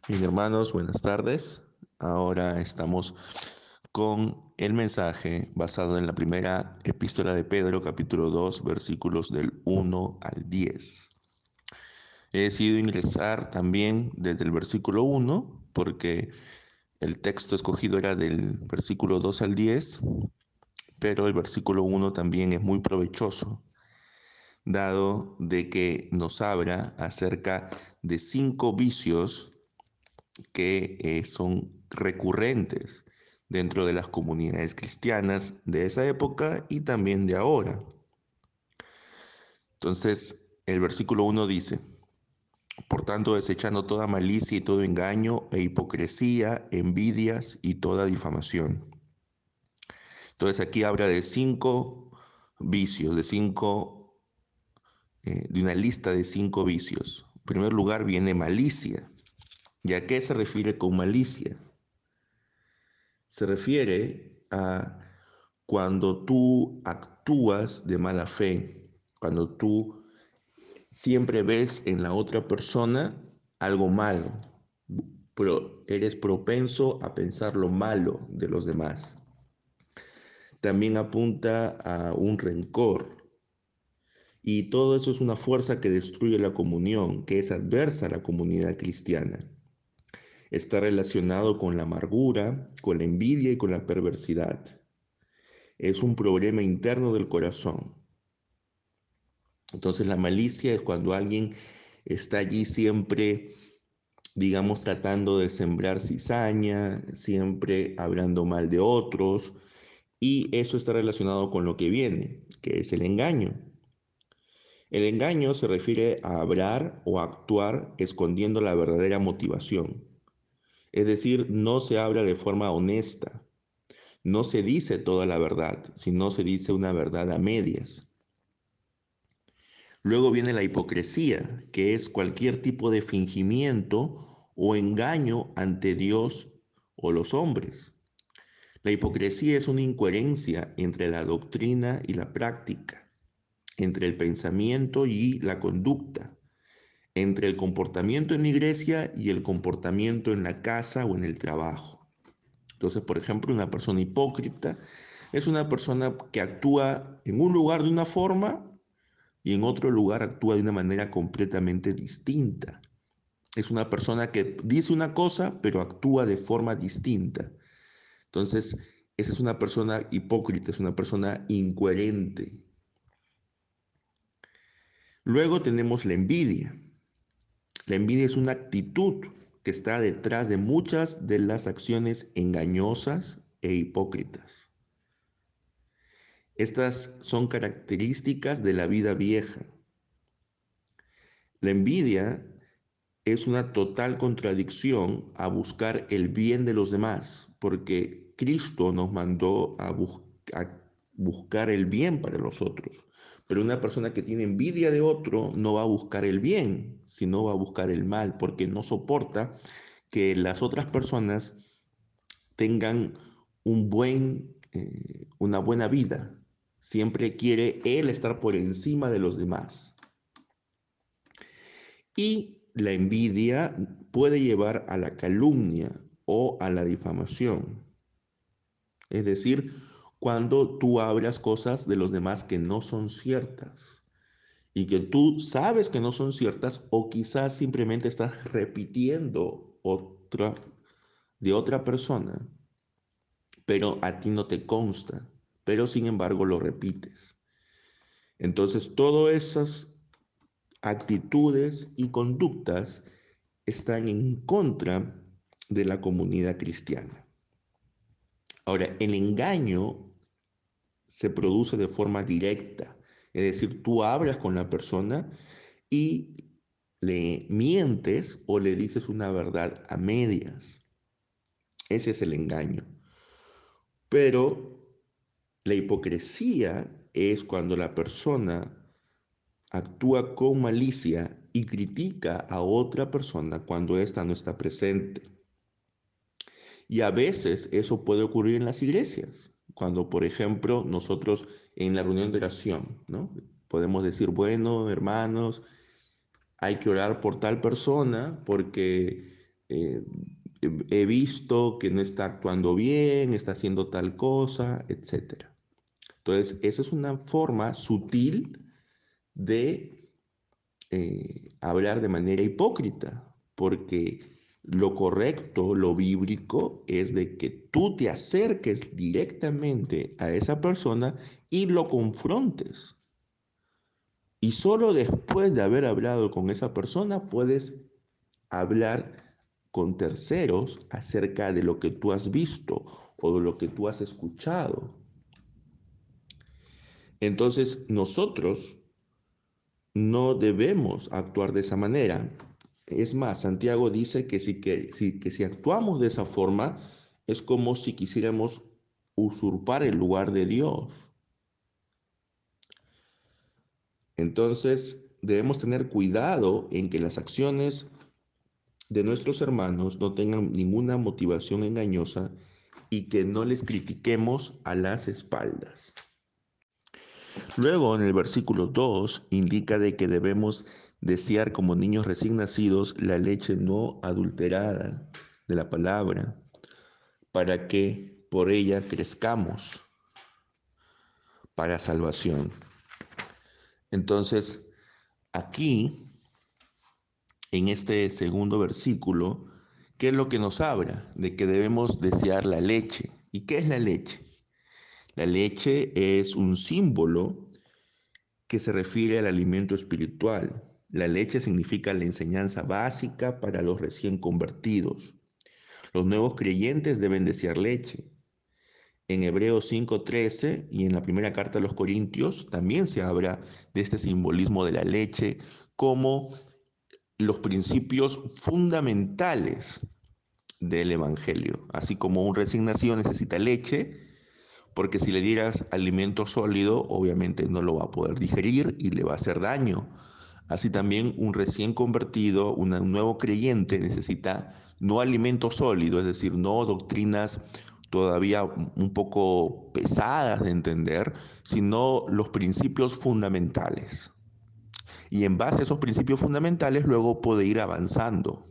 Bien, hermanos, buenas tardes. Ahora estamos con el mensaje basado en la primera epístola de Pedro, capítulo 2, versículos del 1 al 10. He decidido ingresar también desde el versículo 1 porque el texto escogido era del versículo 2 al 10, pero el versículo 1 también es muy provechoso, dado de que nos habla acerca de 5 vicios que son recurrentes dentro de las comunidades cristianas de esa época y también de ahora. Entonces, el versículo 1 dice: por tanto, desechando toda malicia y todo engaño e hipocresía, envidias y toda difamación. Entonces, aquí habla de 5 vicios, de una lista de 5 vicios. En primer lugar viene malicia. ¿Y a qué se refiere con malicia? Se refiere a cuando tú actúas de mala fe, cuando tú siempre ves en la otra persona algo malo, pero eres propenso a pensar lo malo de los demás. También apunta a un rencor. Y todo eso es una fuerza que destruye la comunión, que es adversa a la comunidad cristiana. Está relacionado con la amargura, con la envidia y con la perversidad. Es un problema interno del corazón. Entonces la malicia es cuando alguien está allí siempre, digamos, tratando de sembrar cizaña, siempre hablando mal de otros, y eso está relacionado con lo que viene, que es el engaño. El engaño se refiere a hablar o actuar escondiendo la verdadera motivación. Es decir, no se habla de forma honesta, no se dice toda la verdad, sino se dice una verdad a medias. Luego viene la hipocresía, que es cualquier tipo de fingimiento o engaño ante Dios o los hombres. La hipocresía es una incoherencia entre la doctrina y la práctica, entre el pensamiento y la conducta, entre el comportamiento en la iglesia y el comportamiento en la casa o en el trabajo. Entonces, por ejemplo, una persona hipócrita es una persona que actúa en un lugar de una forma y en otro lugar actúa de una manera completamente distinta. Es una persona que dice una cosa, pero actúa de forma distinta. Entonces, esa es una persona hipócrita, es una persona incoherente. Luego tenemos la envidia. La envidia es una actitud que está detrás de muchas de las acciones engañosas e hipócritas. Estas son características de la vida vieja. La envidia es una total contradicción a buscar el bien de los demás, porque Cristo nos mandó a buscar el bien para los otros. Pero una persona que tiene envidia de otro no va a buscar el bien, sino va a buscar el mal, porque no soporta que las otras personas tengan una buena vida. Siempre quiere él estar por encima de los demás. Y la envidia puede llevar a la calumnia o a la difamación. Es decir, cuando tú hablas cosas de los demás que no son ciertas y que tú sabes que no son ciertas, o quizás simplemente estás repitiendo de otra persona, pero a ti no te consta, pero sin embargo lo repites. Entonces, todas esas actitudes y conductas están en contra de la comunidad cristiana. Ahora, el engaño se produce de forma directa, es decir, tú hablas con la persona y le mientes o le dices una verdad a medias. Ese es el engaño. Pero la hipocresía es cuando la persona actúa con malicia y critica a otra persona cuando ésta no está presente. Y a veces eso puede ocurrir en las iglesias, cuando por ejemplo nosotros en la reunión de oración, ¿no? Podemos decir, bueno, hermanos, hay que orar por tal persona porque eh, he visto que no está actuando bien, está haciendo tal cosa, etcétera. Entonces, eso es una forma sutil de hablar de manera hipócrita, porque lo correcto, lo bíblico, es de que tú te acerques directamente a esa persona y lo confrontes. Y solo después de haber hablado con esa persona puedes hablar con terceros acerca de lo que tú has visto o de lo que tú has escuchado. Entonces, nosotros no debemos actuar de esa manera. Es más, Santiago dice que si actuamos de esa forma, es como si quisiéramos usurpar el lugar de Dios. Entonces, debemos tener cuidado en que las acciones de nuestros hermanos no tengan ninguna motivación engañosa y que no les critiquemos a las espaldas. Luego, en el versículo 2, indica de que debemos desear como niños recién nacidos la leche no adulterada de la palabra, para que por ella crezcamos para salvación. Entonces, aquí, en este segundo versículo, ¿qué es lo que nos habla? De que debemos desear la leche. ¿Y qué es la leche? La leche es un símbolo que se refiere al alimento espiritual. La leche significa la enseñanza básica para los recién convertidos. Los nuevos creyentes deben desear leche. En Hebreos 5:13 y en la primera carta a los Corintios también se habla de este simbolismo de la leche como los principios fundamentales del Evangelio. Así como un recién nacido necesita leche, porque si le dieras alimento sólido, obviamente no lo va a poder digerir y le va a hacer daño. Así también un recién convertido, un nuevo creyente necesita no alimento sólido, es decir, no doctrinas todavía un poco pesadas de entender, sino los principios fundamentales. Y en base a esos principios fundamentales luego puede ir avanzando.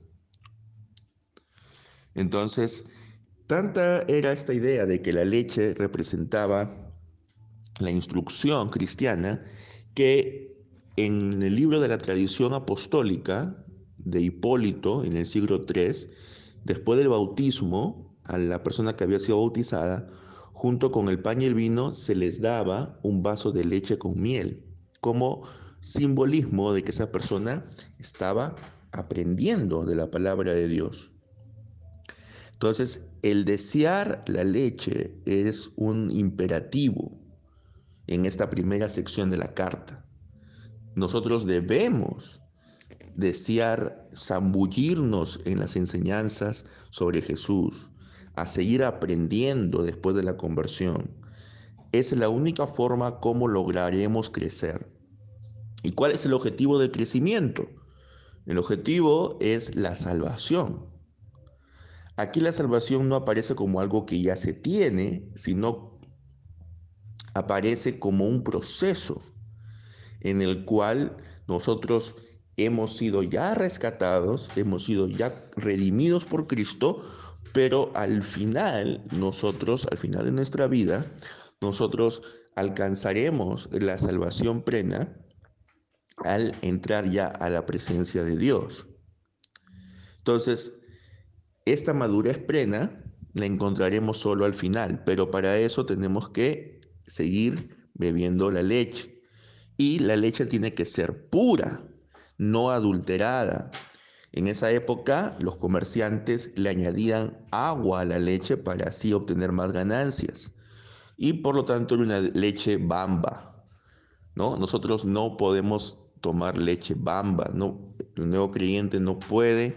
Entonces, tanta era esta idea de que la leche representaba la instrucción cristiana que en el libro de la tradición apostólica de Hipólito en el siglo III, después del bautismo, a la persona que había sido bautizada, junto con el pan y el vino, se les daba un vaso de leche con miel, como simbolismo de que esa persona estaba aprendiendo de la palabra de Dios. Entonces, el desear la leche es un imperativo en esta primera sección de la carta. Nosotros debemos desear zambullirnos en las enseñanzas sobre Jesús, a seguir aprendiendo después de la conversión. Es la única forma como lograremos crecer. ¿Y cuál es el objetivo del crecimiento? El objetivo es la salvación. Aquí la salvación no aparece como algo que ya se tiene, sino aparece como un proceso en el cual nosotros hemos sido ya rescatados, hemos sido ya redimidos por Cristo, pero al final al final de nuestra vida, nosotros alcanzaremos la salvación plena al entrar ya a la presencia de Dios. Entonces, esta madurez plena la encontraremos solo al final, pero para eso tenemos que seguir bebiendo la leche. Y la leche tiene que ser pura, no adulterada. En esa época, los comerciantes le añadían agua a la leche para así obtener más ganancias. Y por lo tanto, era una leche bamba, ¿no? Nosotros no podemos tomar leche bamba, ¿no? El nuevo creyente no puede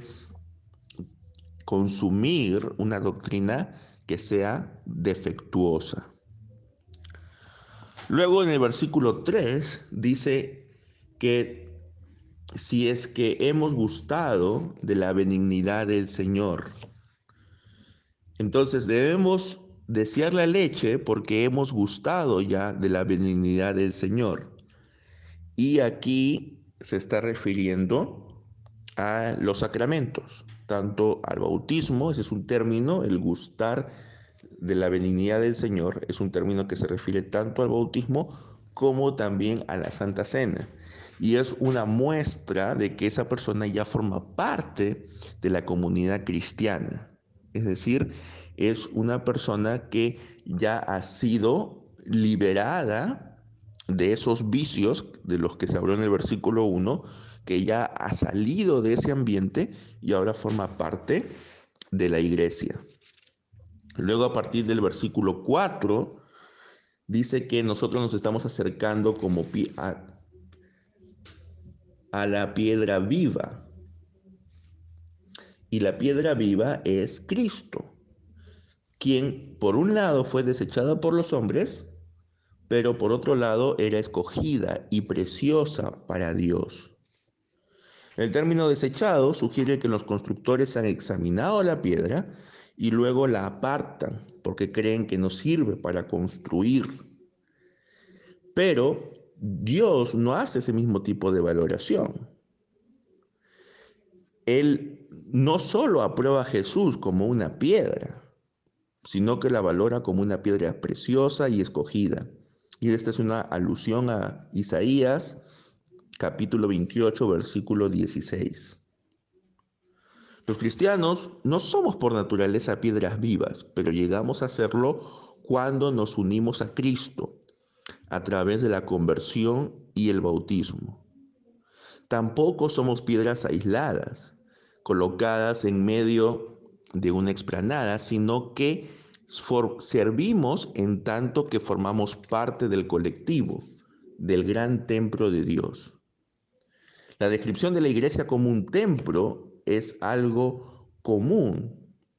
consumir una doctrina que sea defectuosa. Luego en el versículo 3 dice que si es que hemos gustado de la benignidad del Señor, entonces debemos desear la leche porque hemos gustado ya de la benignidad del Señor. Y aquí se está refiriendo a los sacramentos. tanto al bautismo, ese es un término, el gustar de la benignidad del Señor, es un término que se refiere tanto al bautismo como también a la Santa Cena. Y es una muestra de que esa persona ya forma parte de la comunidad cristiana. Es decir, es una persona que ya ha sido liberada de esos vicios de los que se habló en el versículo 1, que ya ha salido de ese ambiente y ahora forma parte de la iglesia. Luego, a partir del versículo 4, dice que nosotros nos estamos acercando como a la piedra viva. Y la piedra viva es Cristo, quien por un lado fue desechada por los hombres, pero por otro lado era escogida y preciosa para Dios. El término desechado sugiere que los constructores han examinado la piedra y luego la apartan porque creen que no sirve para construir. Pero Dios no hace ese mismo tipo de valoración. Él no solo aprueba a Jesús como una piedra, sino que la valora como una piedra preciosa y escogida. Y esta es una alusión a Isaías, capítulo 28, versículo 16. Los cristianos no somos por naturaleza piedras vivas, pero llegamos a serlo cuando nos unimos a Cristo a través de la conversión y el bautismo. Tampoco somos piedras aisladas, colocadas en medio de una explanada, sino que servimos en tanto que formamos parte del colectivo, del gran templo de Dios. La descripción de la iglesia como un templo es algo común.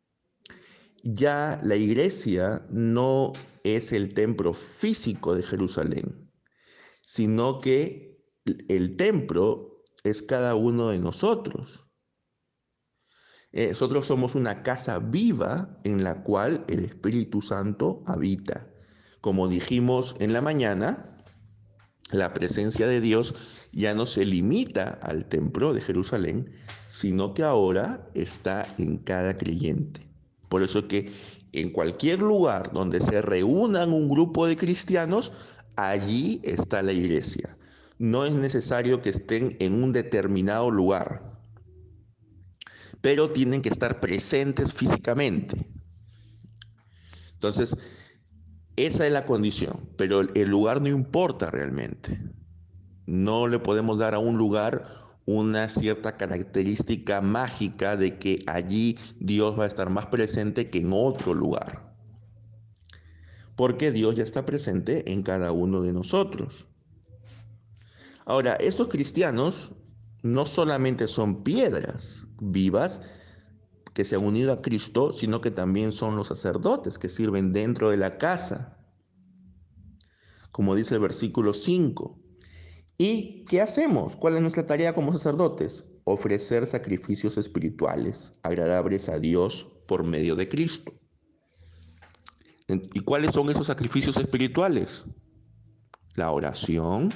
Ya la iglesia no es el templo físico de Jerusalén, sino que el templo es cada uno de nosotros. Nosotros somos una casa viva en la cual el Espíritu Santo habita. Como dijimos en la mañana, la presencia de Dios ya no se limita al templo de Jerusalén, sino que ahora está en cada creyente. Por eso es que en cualquier lugar donde se reúnan un grupo de cristianos, allí está la iglesia. No es necesario que estén en un determinado lugar, pero tienen que estar presentes físicamente. Entonces, esa es la condición, pero el lugar no importa realmente. No le podemos dar a un lugar una cierta característica mágica de que allí Dios va a estar más presente que en otro lugar. Porque Dios ya está presente en cada uno de nosotros. Ahora, estos cristianos no solamente son piedras vivas que se han unido a Cristo, sino que también son los sacerdotes que sirven dentro de la casa, como dice el versículo 5. ¿Y qué hacemos? ¿Cuál es nuestra tarea como sacerdotes? Ofrecer sacrificios espirituales agradables a Dios por medio de Cristo. ¿Y cuáles son esos sacrificios espirituales? La oración,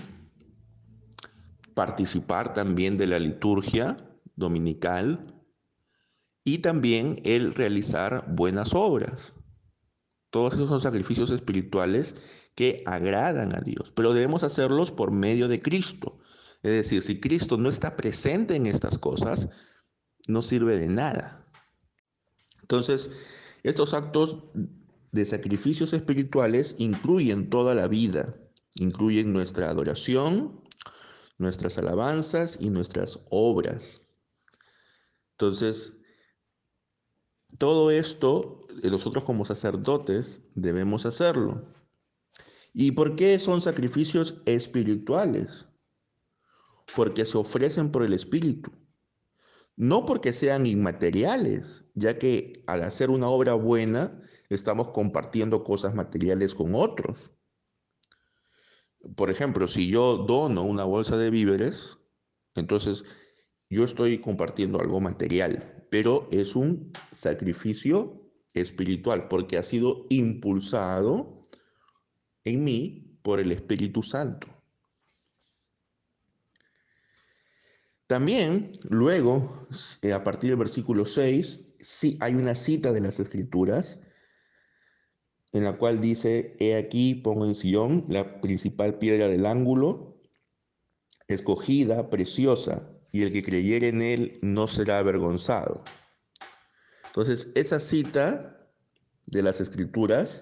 participar también de la liturgia dominical y también el realizar buenas obras. Todos esos son sacrificios espirituales que agradan a Dios, pero debemos hacerlos por medio de Cristo. Es decir, si Cristo no está presente en estas cosas, no sirve de nada. Entonces, estos actos de sacrificios espirituales incluyen toda la vida, incluyen nuestra adoración, nuestras alabanzas y nuestras obras. Entonces, todo esto nosotros como sacerdotes debemos hacerlo. ¿Y por qué son sacrificios espirituales? Porque se ofrecen por el Espíritu. No porque sean inmateriales, ya que al hacer una obra buena estamos compartiendo cosas materiales con otros. Por ejemplo, si yo dono una bolsa de víveres, entonces yo estoy compartiendo algo material, pero es un sacrificio espiritual porque ha sido impulsado en mí por el Espíritu Santo. También, luego, a partir del versículo 6, sí hay una cita de las Escrituras en la cual dice: He aquí pongo en Sión la principal piedra del ángulo, escogida, preciosa, y el que creyere en él no será avergonzado. Entonces, esa cita de las Escrituras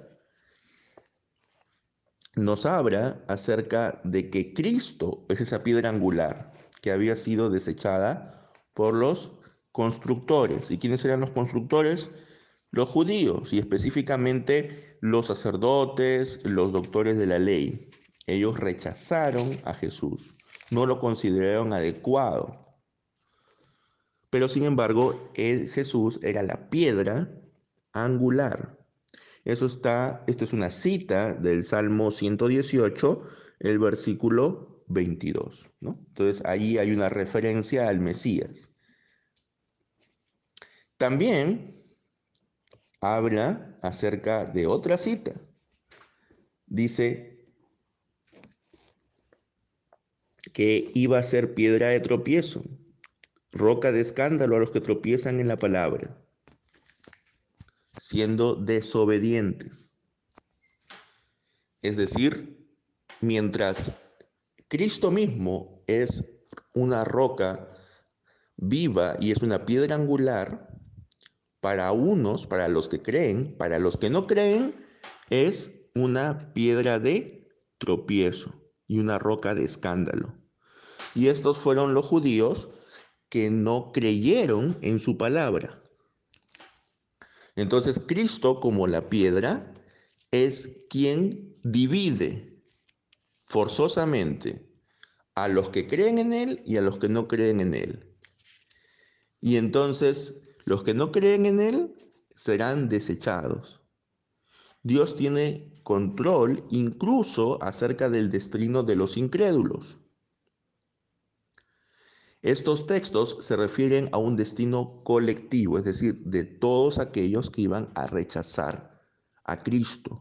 nos habla acerca de que Cristo es esa piedra angular que había sido desechada por los constructores. ¿Y quiénes eran los constructores? Los judíos, y específicamente los sacerdotes, los doctores de la ley. Ellos rechazaron a Jesús, no lo consideraron adecuado. Pero sin embargo, Jesús era la piedra angular. Esto es una cita del Salmo 118, el versículo 22, ¿no? Entonces ahí hay una referencia al Mesías. También habla acerca de otra cita. Dice que iba a ser piedra de tropiezo, roca de escándalo a los que tropiezan en la palabra, siendo desobedientes. Es decir, mientras Cristo mismo es una roca viva y es una piedra angular, para unos, para los que creen, para los que no creen, es una piedra de tropiezo y una roca de escándalo. Y estos fueron los judíos que no creyeron en su palabra. Entonces Cristo, como la piedra, es quien divide forzosamente a los que creen en Él y a los que no creen en Él. Y entonces los que no creen en Él serán desechados. Dios tiene control incluso acerca del destino de los incrédulos. Estos textos se refieren a un destino colectivo, es decir, de todos aquellos que iban a rechazar a Cristo.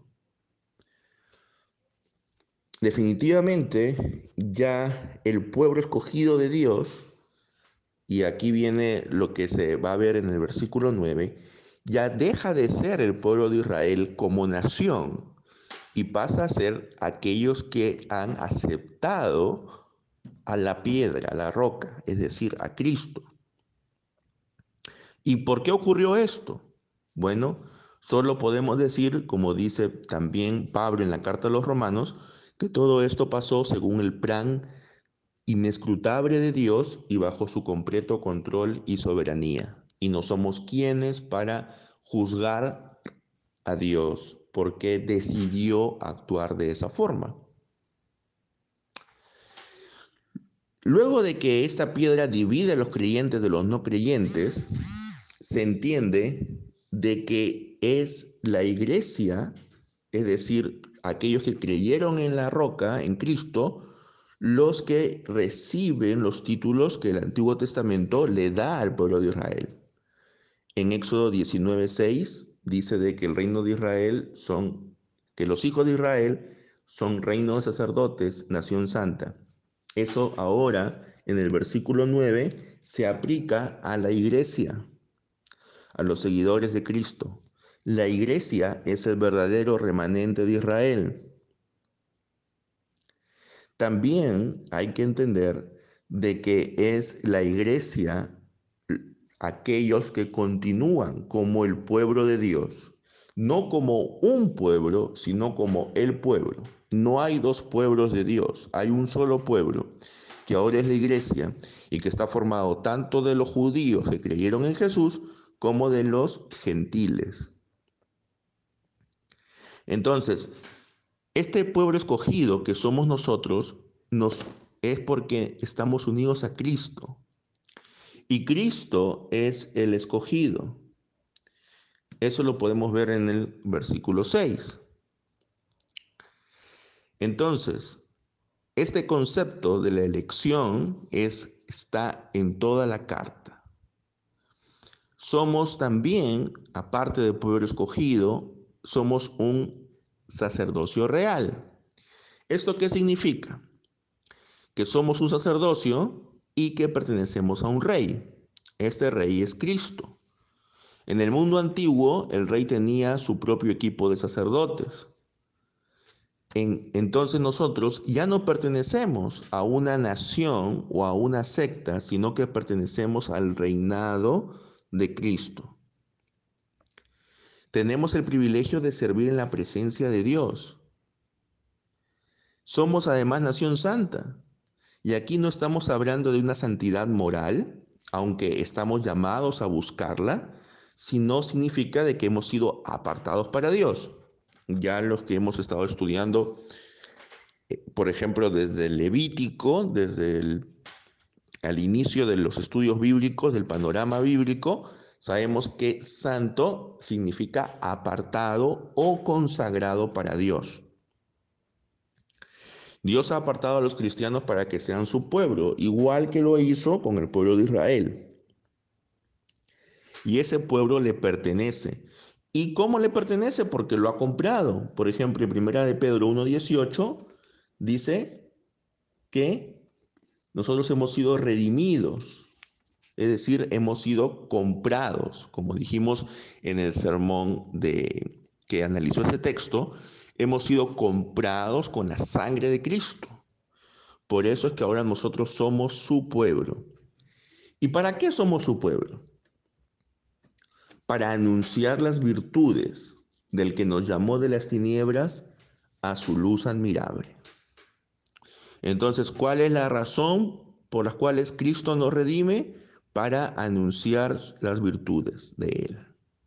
Definitivamente, ya el pueblo escogido de Dios, y aquí viene lo que se va a ver en el versículo 9, ya deja de ser el pueblo de Israel como nación y pasa a ser aquellos que han aceptado a la piedra, a la roca, es decir, a Cristo. ¿Y por qué ocurrió esto? Bueno, solo podemos decir, como dice también Pablo en la carta a los Romanos, que todo esto pasó según el plan inescrutable de Dios y bajo su completo control y soberanía. Y no somos quienes para juzgar a Dios porque decidió actuar de esa forma. Luego de que esta piedra divide a los creyentes de los no creyentes, se entiende de que es la iglesia, es decir, aquellos que creyeron en la roca, en Cristo, los que reciben los títulos que el Antiguo Testamento le da al pueblo de Israel. En Éxodo 19:6 dice de que el reino de Israel que los hijos de Israel son reino de sacerdotes, nación santa. Eso ahora, en el versículo 9, se aplica a la iglesia, a los seguidores de Cristo. La iglesia es el verdadero remanente de Israel. También hay que entender de que es la iglesia aquellos que continúan como el pueblo de Dios, no como un pueblo, sino como el pueblo. No hay dos pueblos de Dios, hay un solo pueblo, que ahora es la iglesia y que está formado tanto de los judíos que creyeron en Jesús como de los gentiles. Entonces, este pueblo escogido que somos nosotros es porque estamos unidos a Cristo. Y Cristo es el escogido. Eso lo podemos ver en el versículo 6. Entonces, este concepto de la elección está en toda la carta. Somos también, aparte del pueblo escogido, somos un sacerdocio real. ¿Esto qué significa? Que somos un sacerdocio y que pertenecemos a un rey. Este rey es Cristo. En el mundo antiguo, el rey tenía su propio equipo de sacerdotes. Entonces nosotros ya no pertenecemos a una nación o a una secta, sino que pertenecemos al reinado de Cristo. Tenemos el privilegio de servir en la presencia de Dios. Somos además nación santa. Y aquí no estamos hablando de una santidad moral, aunque estamos llamados a buscarla, sino significa de que hemos sido apartados para Dios. Ya los que hemos estado estudiando, por ejemplo, desde el Levítico, al inicio de los estudios bíblicos, del panorama bíblico, sabemos que santo significa apartado o consagrado para Dios. Dios ha apartado a los cristianos para que sean su pueblo, igual que lo hizo con el pueblo de Israel. Y ese pueblo le pertenece. ¿Y cómo le pertenece? Porque lo ha comprado. Por ejemplo, en 1 de Pedro 1:18 dice que nosotros hemos sido redimidos, es decir, hemos sido comprados. Como dijimos en el sermón que analizó ese texto, hemos sido comprados con la sangre de Cristo. Por eso es que ahora nosotros somos su pueblo. ¿Y para qué somos su pueblo? Para anunciar las virtudes del que nos llamó de las tinieblas a su luz admirable. Entonces, ¿cuál es la razón por las cuales Cristo nos redime? Para anunciar las virtudes de Él.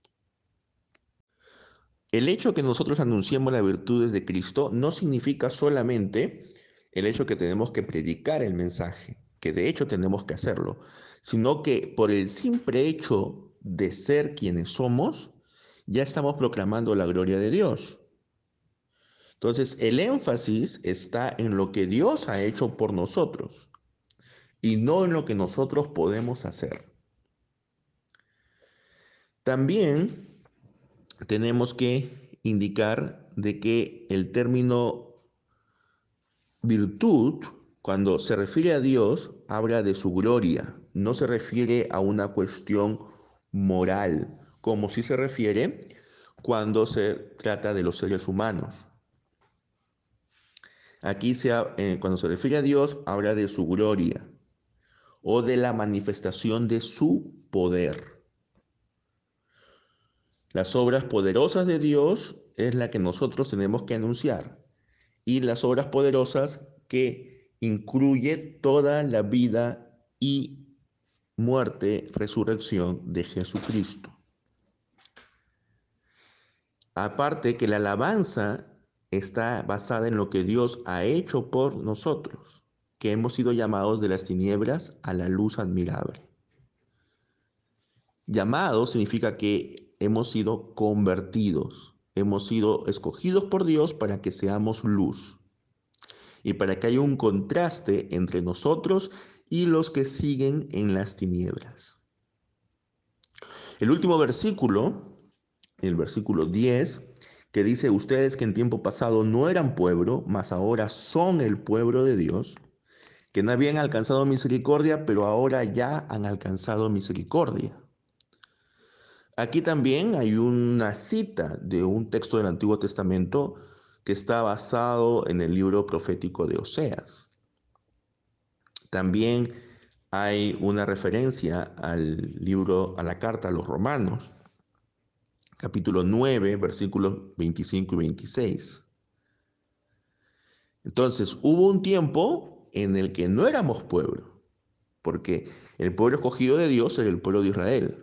El hecho que nosotros anunciemos las virtudes de Cristo no significa solamente el hecho que tenemos que predicar el mensaje, que de hecho tenemos que hacerlo, sino que por el simple hecho de ser quienes somos, ya estamos proclamando la gloria de Dios. Entonces, el énfasis está en lo que Dios ha hecho por nosotros y no en lo que nosotros podemos hacer. También tenemos que indicar de que el término virtud, cuando se refiere a Dios, habla de su gloria, no se refiere a una cuestión moral, como si se refiere cuando se trata de los seres humanos. Aquí cuando se refiere a Dios, habla de su gloria o de la manifestación de su poder. Las obras poderosas de Dios es la que nosotros tenemos que anunciar. Y las obras poderosas que incluye toda la vida y muerte, resurrección de Jesucristo. Aparte que la alabanza está basada en lo que Dios ha hecho por nosotros, que hemos sido llamados de las tinieblas a la luz admirable. Llamado significa que hemos sido convertidos, hemos sido escogidos por Dios para que seamos luz y para que haya un contraste entre nosotros y los que siguen en las tinieblas. El último versículo, el versículo 10, que dice: ustedes que en tiempo pasado no eran pueblo, mas ahora son el pueblo de Dios, que no habían alcanzado misericordia, pero ahora ya han alcanzado misericordia. Aquí también hay una cita de un texto del Antiguo Testamento que está basado en el libro profético de Oseas. También hay una referencia al libro, a la carta a los Romanos, capítulo 9, versículos 25 y 26. Entonces, hubo un tiempo en el que no éramos pueblo, porque el pueblo escogido de Dios era el pueblo de Israel.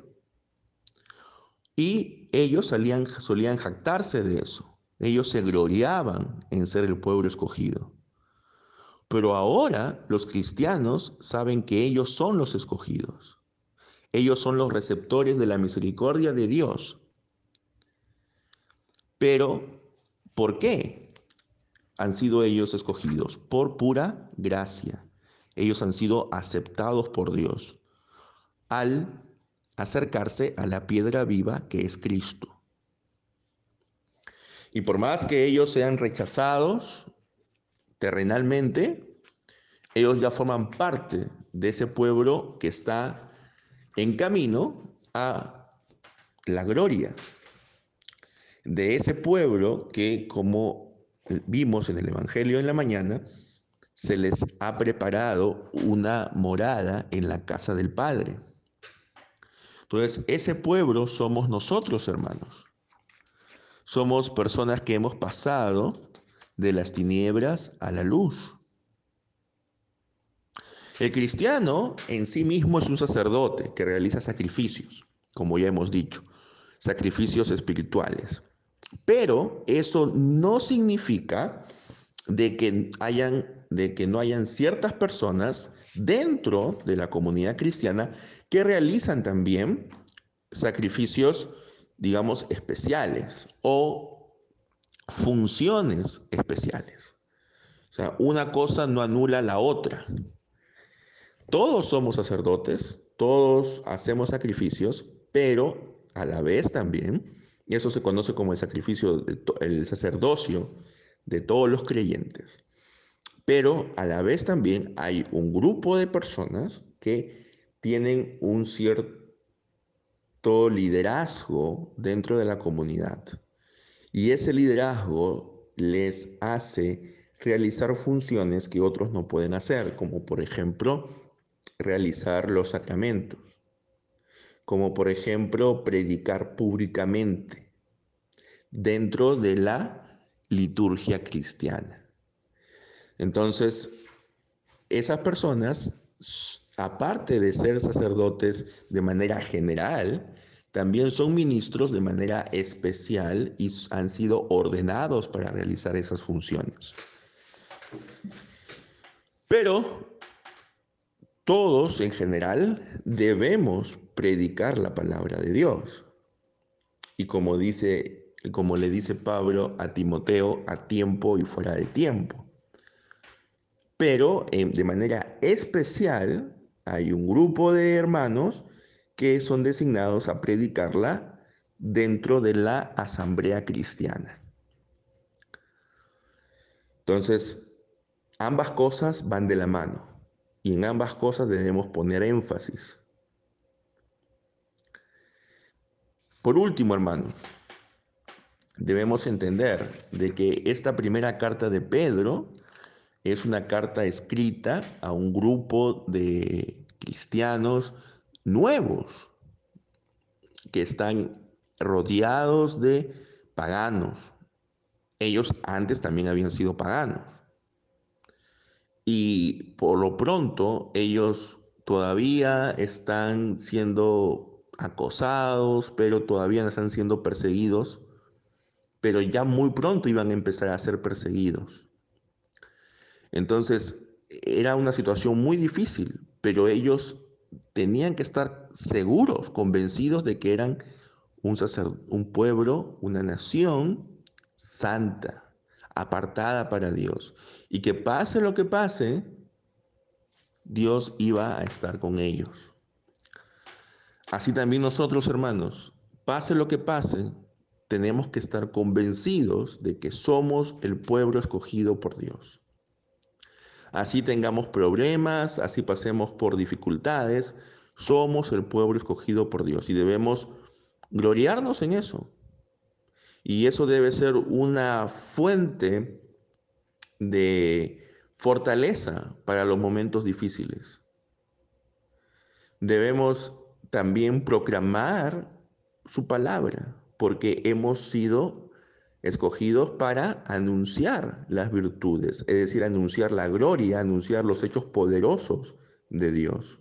Y ellos solían jactarse de eso. Ellos se gloriaban en ser el pueblo escogido. Pero ahora los cristianos saben que ellos son los escogidos. Ellos son los receptores de la misericordia de Dios. Pero, ¿por qué han sido ellos escogidos? Por pura gracia. Ellos han sido aceptados por Dios al acercarse a la piedra viva que es Cristo. Y por más que ellos sean rechazados terrenalmente, Ellos ya forman parte de ese pueblo que está en camino a la gloria. De ese pueblo que, como vimos en el Evangelio en la mañana, se les ha preparado una morada en la casa del Padre. Entonces, ese pueblo somos nosotros, hermanos. Somos personas que hemos pasado de las tinieblas a la luz. El cristiano en sí mismo es un sacerdote que realiza sacrificios, como ya hemos dicho, sacrificios espirituales. Pero eso no significa de que no hayan ciertas personas dentro de la comunidad cristiana que realizan también sacrificios, digamos, especiales o funciones especiales. O sea, una cosa no anula la otra. Todos somos sacerdotes, todos hacemos sacrificios, pero a la vez también, y eso se conoce como el sacrificio, el sacerdocio de todos los creyentes. Pero a la vez también hay un grupo de personas que tienen un cierto liderazgo dentro de la comunidad. Y ese liderazgo les hace realizar funciones que otros no pueden hacer, como por ejemplo realizar los sacramentos, como por ejemplo predicar públicamente dentro de la liturgia cristiana. Entonces, esas personas, aparte de ser sacerdotes de manera general, también son ministros de manera especial y han sido ordenados para realizar esas funciones. Pero todos en general debemos predicar la palabra de Dios. Y como le dice Pablo a Timoteo, a tiempo y fuera de tiempo. Pero de manera especial hay un grupo de hermanos que son designados a predicarla dentro de la asamblea cristiana. Entonces, ambas cosas van de la mano y en ambas cosas debemos poner énfasis. Por último, hermanos, debemos entender de que esta primera carta de Pedro es una carta escrita a un grupo de cristianos nuevos que están rodeados de paganos. Ellos antes también habían sido paganos. Y por lo pronto ellos todavía están siendo acosados, pero todavía no están siendo perseguidos, pero ya muy pronto iban a empezar a ser perseguidos. Entonces, era una situación muy difícil, pero ellos tenían que estar seguros, convencidos de que eran un pueblo, una nación santa, apartada para Dios. Y que pase lo que pase, Dios iba a estar con ellos. Así también nosotros, hermanos, pase lo que pase, tenemos que estar convencidos de que somos el pueblo escogido por Dios. Así tengamos problemas, así pasemos por dificultades, somos el pueblo escogido por Dios y debemos gloriarnos en eso. Y eso debe ser una fuente de fortaleza para los momentos difíciles. Debemos también proclamar su palabra, porque hemos sido escogidos para anunciar las virtudes, es decir, anunciar la gloria, anunciar los hechos poderosos de Dios.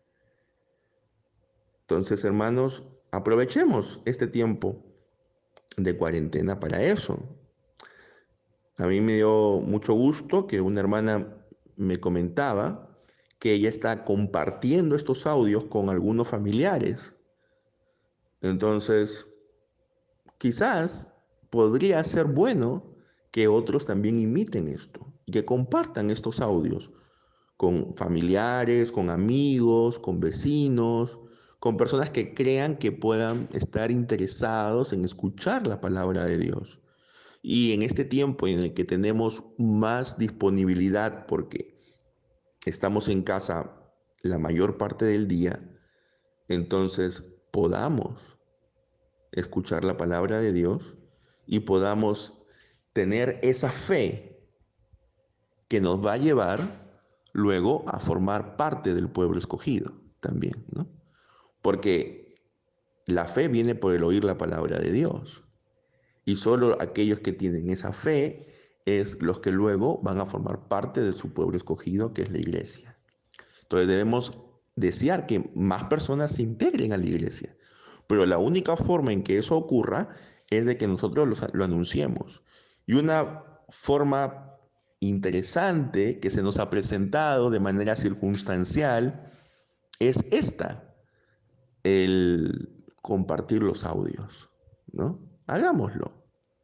Entonces, hermanos, aprovechemos este tiempo de cuarentena para eso. A mí me dio mucho gusto que una hermana me comentaba que ella está compartiendo estos audios con algunos familiares. Entonces, quizás podría ser bueno que otros también imiten esto y que compartan estos audios con familiares, con amigos, con vecinos, con personas que crean que puedan estar interesados en escuchar la palabra de Dios. Y en este tiempo en el que tenemos más disponibilidad, porque estamos en casa la mayor parte del día, entonces podamos escuchar la palabra de Dios y podamos tener esa fe que nos va a llevar luego a formar parte del pueblo escogido también, ¿no? Porque la fe viene por el oír la palabra de Dios. Y solo aquellos que tienen esa fe es los que luego van a formar parte de su pueblo escogido, que es la iglesia. Entonces debemos desear que más personas se integren a la iglesia. Pero la única forma en que eso ocurra es de que nosotros lo anunciemos. Y una forma interesante que se nos ha presentado de manera circunstancial es esta, el compartir los audios, ¿no? Hagámoslo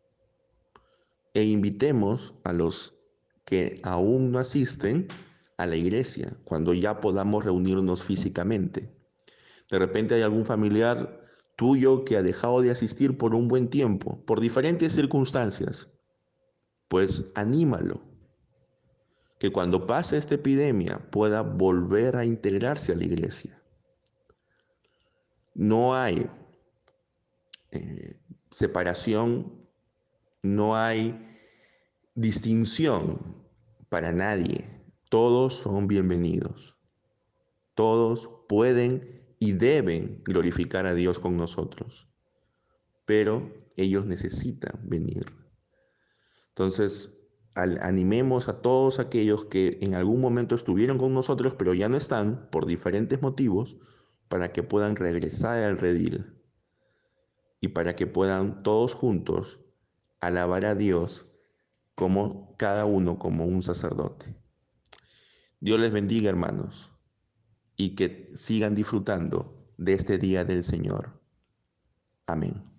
e invitemos a los que aún no asisten a la iglesia cuando ya podamos reunirnos físicamente. De repente hay algún familiar tuyo que ha dejado de asistir por un buen tiempo, por diferentes circunstancias. Pues anímalo, que cuando pase esta epidemia pueda volver a integrarse a la iglesia. No hay separación, no hay distinción para nadie. Todos son bienvenidos. Todos pueden y deben glorificar a Dios con nosotros, pero ellos necesitan venir. Entonces, animemos a todos aquellos que en algún momento estuvieron con nosotros, pero ya no están por diferentes motivos, para que puedan regresar al redil y para que puedan todos juntos alabar a Dios como cada uno como un sacerdote. Dios les bendiga, hermanos, y que sigan disfrutando de este día del Señor. Amén.